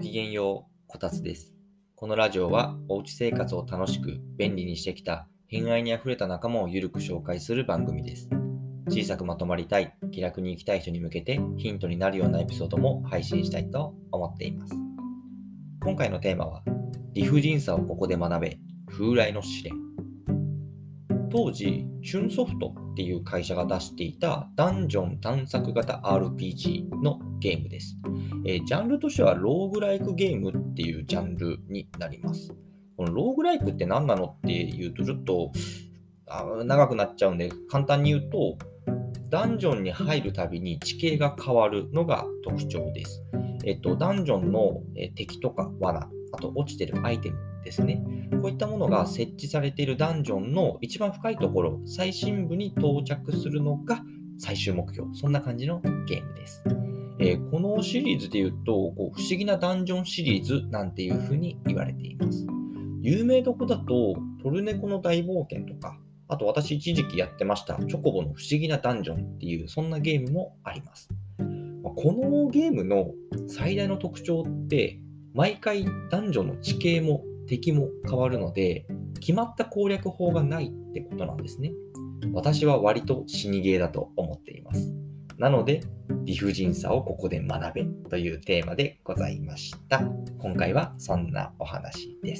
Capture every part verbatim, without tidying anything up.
きげんよう、こたつです。このラジオは、おうち生活を楽しく、便利にしてきた、偏愛にあふれた仲間をゆるく紹介する番組です。小さくまとまりたい、気楽に生きたい人に向けて、ヒントになるようなエピソードも配信したいと思っています。今回のテーマは、理不尽さをここで学べ、風来の試練。当時、チュンソフトっていう会社が出していたダンジョン探索型 アールピージー のゲームです。えージャンルとしてはローグライクゲームっていうジャンルになります。このローグライクって何なのっていうとちょっとあ長くなっちゃうんで簡単に言うと、ダンジョンに入るたびに地形が変わるのが特徴です。えっと、ダンジョンのえー敵とか罠、あと落ちてるアイテムですね。こういったものが設置されているダンジョンの一番深いところ、最深部に到着するのが最終目標。そんな感じのゲームです。えーこのシリーズで言うと、こう不思議なダンジョンシリーズなんていうふうに言われています。有名どこだと、トルネコの大冒険とか、あと私一時期やってましたチョコボの不思議なダンジョンっていうそんなゲームもあります。まあこのゲームの最大の特徴って毎回ダンジョンの地形も敵も変わるので決まった攻略法がないってことなんですね。私は割と死にゲーだと思っています。なので理不尽さをここで学べというテーマでございました。今回はそんなお話です。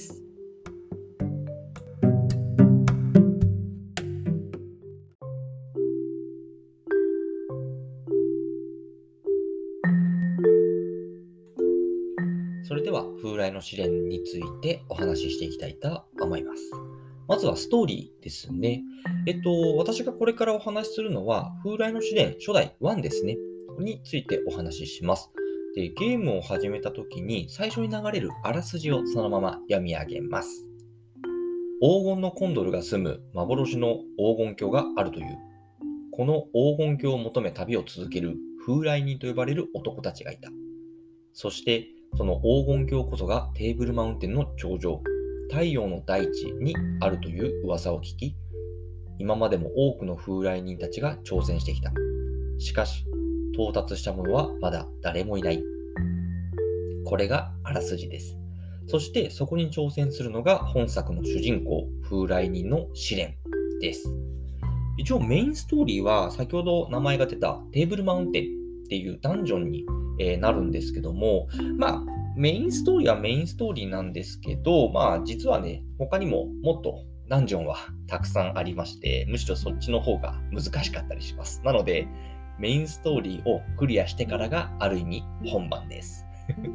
それでは風来の試練についてお話ししていきたいと思います。まずはストーリーですね。えっと、私がこれからお話しするのは風来の試練初代ワンですね。についてお話しします。で、ゲームを始めた時に最初に流れるあらすじをそのまま読み上げます。黄金のコンドルが住む幻の黄金鏡があるという。この黄金鏡を求め旅を続ける風来人と呼ばれる男たちがいた。そしてその黄金鏡こそがテーブルマウンテンの頂上、太陽の大地にあるという噂を聞き、今までも多くの風来人たちが挑戦してきた。しかし、到達した者はまだ誰もいない。これがあらすじです。そしてそこに挑戦するのが本作の主人公、風来人の試練です。一応メインストーリーは先ほど名前が出たテーブルマウンテンっていうダンジョンにえーなるんですけども、まあ、メインストーリーはメインストーリーなんですけど、まあ、実はね、他にももっとダンジョンはたくさんありまして、むしろそっちの方が難しかったりします。なので、メインストーリーをクリアしてからがある意味本番です。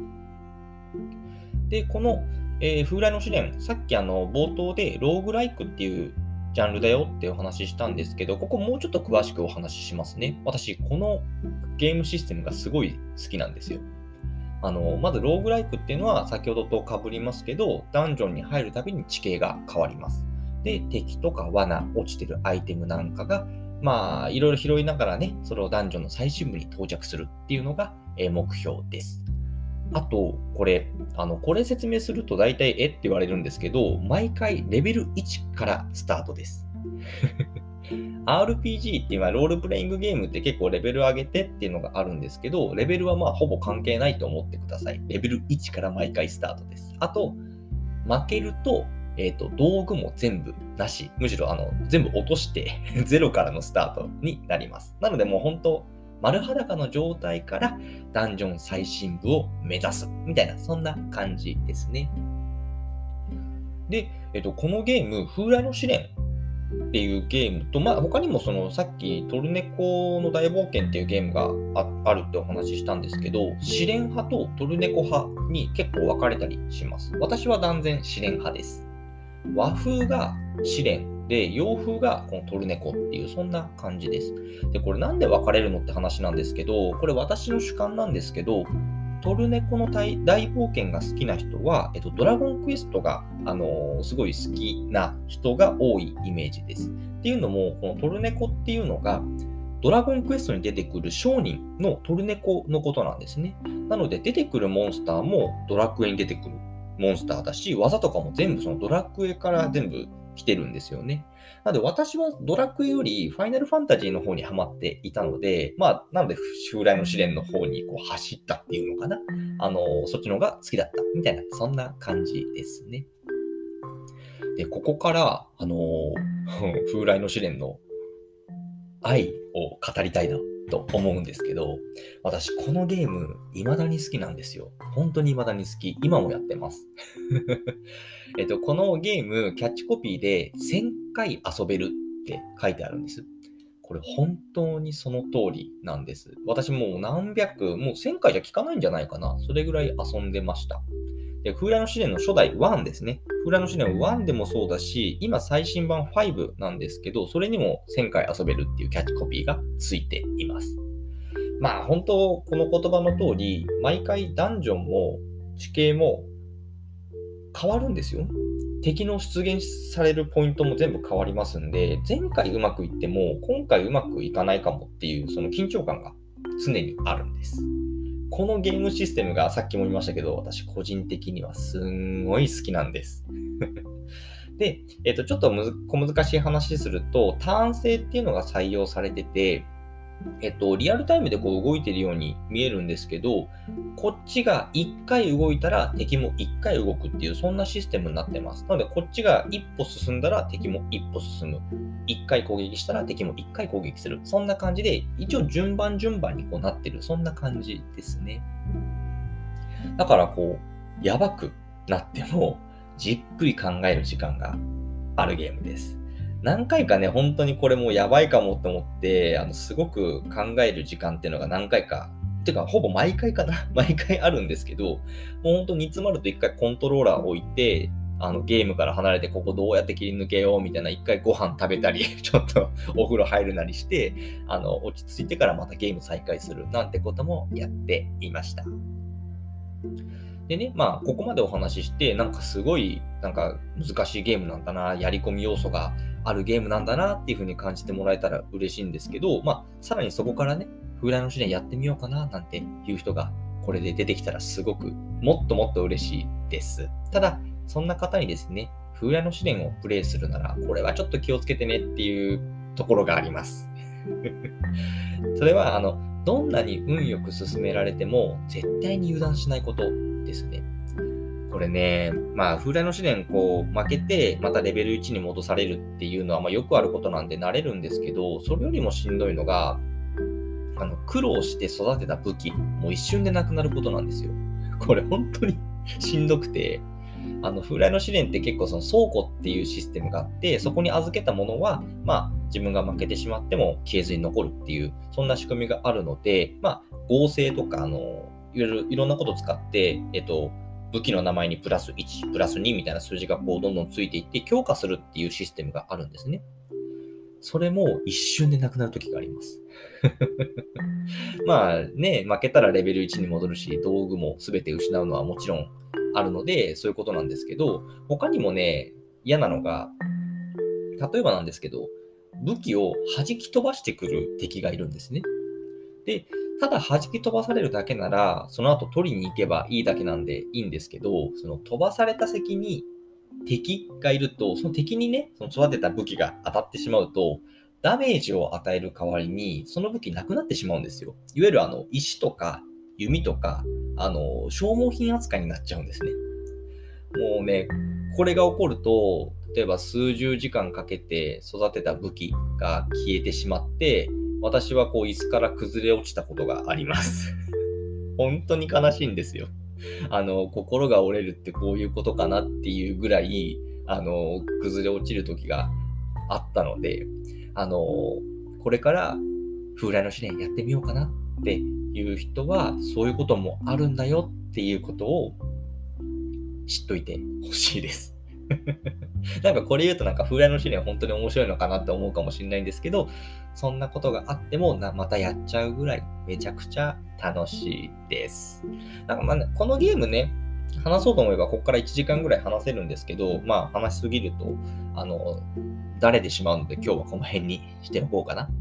で、この、えー風来の試練、さっきあの冒頭でローグライクっていうジャンルだよってお話ししたんですけど、ここもうちょっと詳しくお話ししますね。私、このゲームシステムがすごい好きなんですよ。あの、まずローグライクっていうのは先ほどと被りますけど、ダンジョンに入るたびに地形が変わります。で、敵とか罠、落ちてるアイテムなんかが、まあ、いろいろ拾いながらね、それをダンジョンの最深部に到着するっていうのが、えー目標です。あと、これ、あの、これ説明すると大体えって言われるんですけど、毎回レベルいちからスタートです。アールピージー っていうのはロールプレイングゲームって結構レベル上げてっていうのがあるんですけど、レベルはまあほぼ関係ないと思ってください。レベルいちから毎回スタートです。あと、負けると、えっと、道具も全部なし。むしろあの全部落としてゼロからのスタートになります。なのでもう本当、丸裸の状態からダンジョン最深部を目指すみたいな、そんな感じですね。で、えっと、このゲーム、風来の試練っていうゲームと、まあ、他にもそのさっきトルネコの大冒険っていうゲームが あ, あるってお話ししたんですけど、試練派とトルネコ派に結構分かれたりします。私は断然試練派です。和風が試練で、洋風がこのトルネコっていう、そんな感じです。で、これなんで分かれるのって話なんですけど、これ私の主観なんですけど、トルネコの大大冒険が好きな人は、えっと、ドラゴンクエストが、あのーすごい好きな人が多いイメージです。っていうのも、このトルネコっていうのが、ドラゴンクエストに出てくる商人のトルネコのことなんですね。なので、出てくるモンスターもドラクエに出てくるモンスターだし、技とかも全部そのドラクエから全部来てるんですよね。なので私はドラクエよりファイナルファンタジーの方にハマっていたので、まあ、なので襲来の試練の方にこう走ったっていうのかな。あの、そっちの方が好きだったみたいな、そんな感じですね。で、ここから、あの、風来の試練の愛を語りたいなと思うんですけど、私このゲーム未だに好きなんですよ。本当に未だに好き。今もやってます。えっと、このゲーム、キャッチコピーでせんかい遊べるって書いてあるんです。これ本当にその通りなんです。私もう何百、もうせんかいじゃ効かないんじゃないかな。それぐらい遊んでました。で、風来の試練の初代ワンですね。風来の試練ワンでもそうだし、今最新版ファイブなんですけど、それにもせんかい遊べるっていうキャッチコピーがついています。まあ本当、この言葉の通り、毎回ダンジョンも地形も変わるんですよ。敵の出現されるポイントも全部変わりますんで、前回うまくいっても今回うまくいかないかもっていうその緊張感が常にあるんです。このゲームシステムがさっきも言いましたけど、私個人的にはすんごい好きなんです。で、えっと、ちょっとむず小難しい話すると、ターン制っていうのが採用されてて、えっと、リアルタイムでこう動いているように見えるんですけど、こっちがいっかい動いたら敵もいっかい動くっていう、そんなシステムになってます。なので、こっちが一歩進んだら敵も一歩進む。いっかい攻撃したら敵もいっかい攻撃する。そんな感じで、一応順番順番にこうなってる。そんな感じですね。だからこう、やばくなっても、じっくり考える時間があるゲームです。何回かね、本当にこれもうやばいかもって思って、あの、すごく考える時間っていうのが何回か、てか、ほぼ毎回かな毎回あるんですけど、もう本当に煮詰まると一回コントローラー置いて、あの、ゲームから離れてここどうやって切り抜けようみたいな、一回ご飯食べたり、ちょっとお風呂入るなりして、あの、落ち着いてからまたゲーム再開するなんてこともやっていました。でね、まあ、ここまでお話しして、なんかすごい、なんか難しいゲームなんだな、やり込み要素があるゲームなんだなっていう風に感じてもらえたら嬉しいんですけど、まあ、さらにそこからね、風来の試練やってみようかななんていう人がこれで出てきたらすごくもっともっと嬉しいです。ただ、そんな方にですね、風来の試練をプレイするなら、これはちょっと気をつけてねっていうところがあります。それは、あの、どんなに運よく進められても、絶対に油断しないことですね。これね、まあ、風来の試練、こう、負けて、またレベルいちに戻されるっていうのは、まあ、よくあることなんで慣れるんですけど、それよりもしんどいのが、あの、苦労して育てた武器、もう一瞬でなくなることなんですよ。これ、本当にしんどくて、あの、風来の試練って結構その倉庫っていうシステムがあって、そこに預けたものは、まあ、自分が負けてしまっても消えずに残るっていう、そんな仕組みがあるので、まあ、合成とか、あの、いろいろ、いろんなことを使って、えっと、武器の名前にプラスいち、プラスにみたいな数字がこうどんどんついていって強化するっていうシステムがあるんですね。それも一瞬でなくなる時があります。まあね、負けたらレベルいちに戻るし、道具も全て失うのはもちろんあるので、そういうことなんですけど、他にもね、嫌なのが、例えばなんですけど、武器を弾き飛ばしてくる敵がいるんですね。で、ただ弾き飛ばされるだけなら、その後取りに行けばいいだけなんでいいんですけど、その飛ばされた先に敵がいると、その敵にね、その育てた武器が当たってしまうと、ダメージを与える代わりに、その武器なくなってしまうんですよ。いわゆるあの、石とか弓とか、あの、消耗品扱いになっちゃうんですね。もうね、これが起こると、例えば数十時間かけて育てた武器が消えてしまって、私はこう椅子から崩れ落ちたことがあります。本当に悲しいんですよ。あの、心が折れるってこういうことかなっていうぐらい、あの、崩れ落ちる時があったので、あの、これから風来の試練やってみようかなっていう人は、そういうこともあるんだよっていうことを知っといてほしいです。なんかこれ言うとなんか風来の試練本当に面白いのかなって思うかもしれないんですけど、そんなことがあってもなまたやっちゃうぐらいめちゃくちゃ楽しいです。なんかまあ、ね、このゲームね、話そうと思えばここからいちじかんぐらい話せるんですけど、まあ話しすぎると、あの、だれてしまうので今日はこの辺にしておこうかな。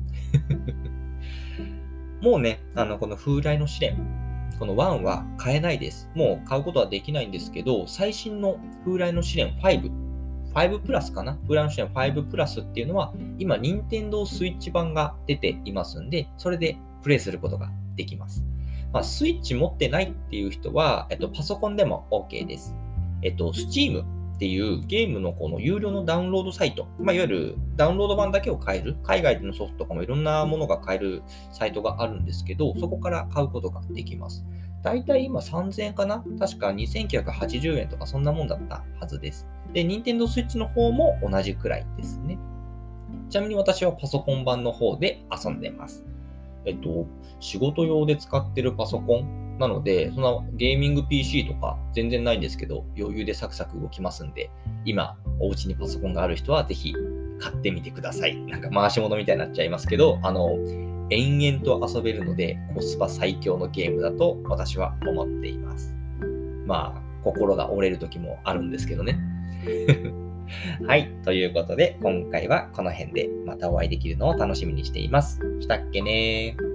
もうね、あの、この風来の試練、このワンは買えないです。もう買うことはできないんですけど、最新の風来の試練ファイブ、フファイブプラスかなフーラの試練ファイブプラスっていうのは、今、任天堂スイッチ版が出ていますんで、それでプレイすることができます。まあ、スイッチ持ってないっていう人は、えっと、パソコンでも OK です。えっと、Steam っていうゲームのこの有料のダウンロードサイト、まあ、いわゆるダウンロード版だけを買える、海外でのソフトとかもいろんなものが買えるサイトがあるんですけど、そこから買うことができます。だいたい今さんぜんえんかな確かにせんきゅうひゃくはちじゅうえんとかそんなもんだったはずです。で、Nintendo Switch の方も同じくらいですね。ちなみに私はパソコン版の方で遊んでます。えっと、仕事用で使ってるパソコンなので、そんなゲーミング ピーシー とか全然ないんですけど、余裕でサクサク動きますんで、今、お家にパソコンがある人はぜひ買ってみてください。なんか回し物みたいになっちゃいますけど、あの、延々と遊べるので、コスパ最強のゲームだと私は思っています。まあ、心が折れる時もあるんですけどね。はい。ということで、今回はこの辺でまたお会いできるのを楽しみにしています。したっけねー。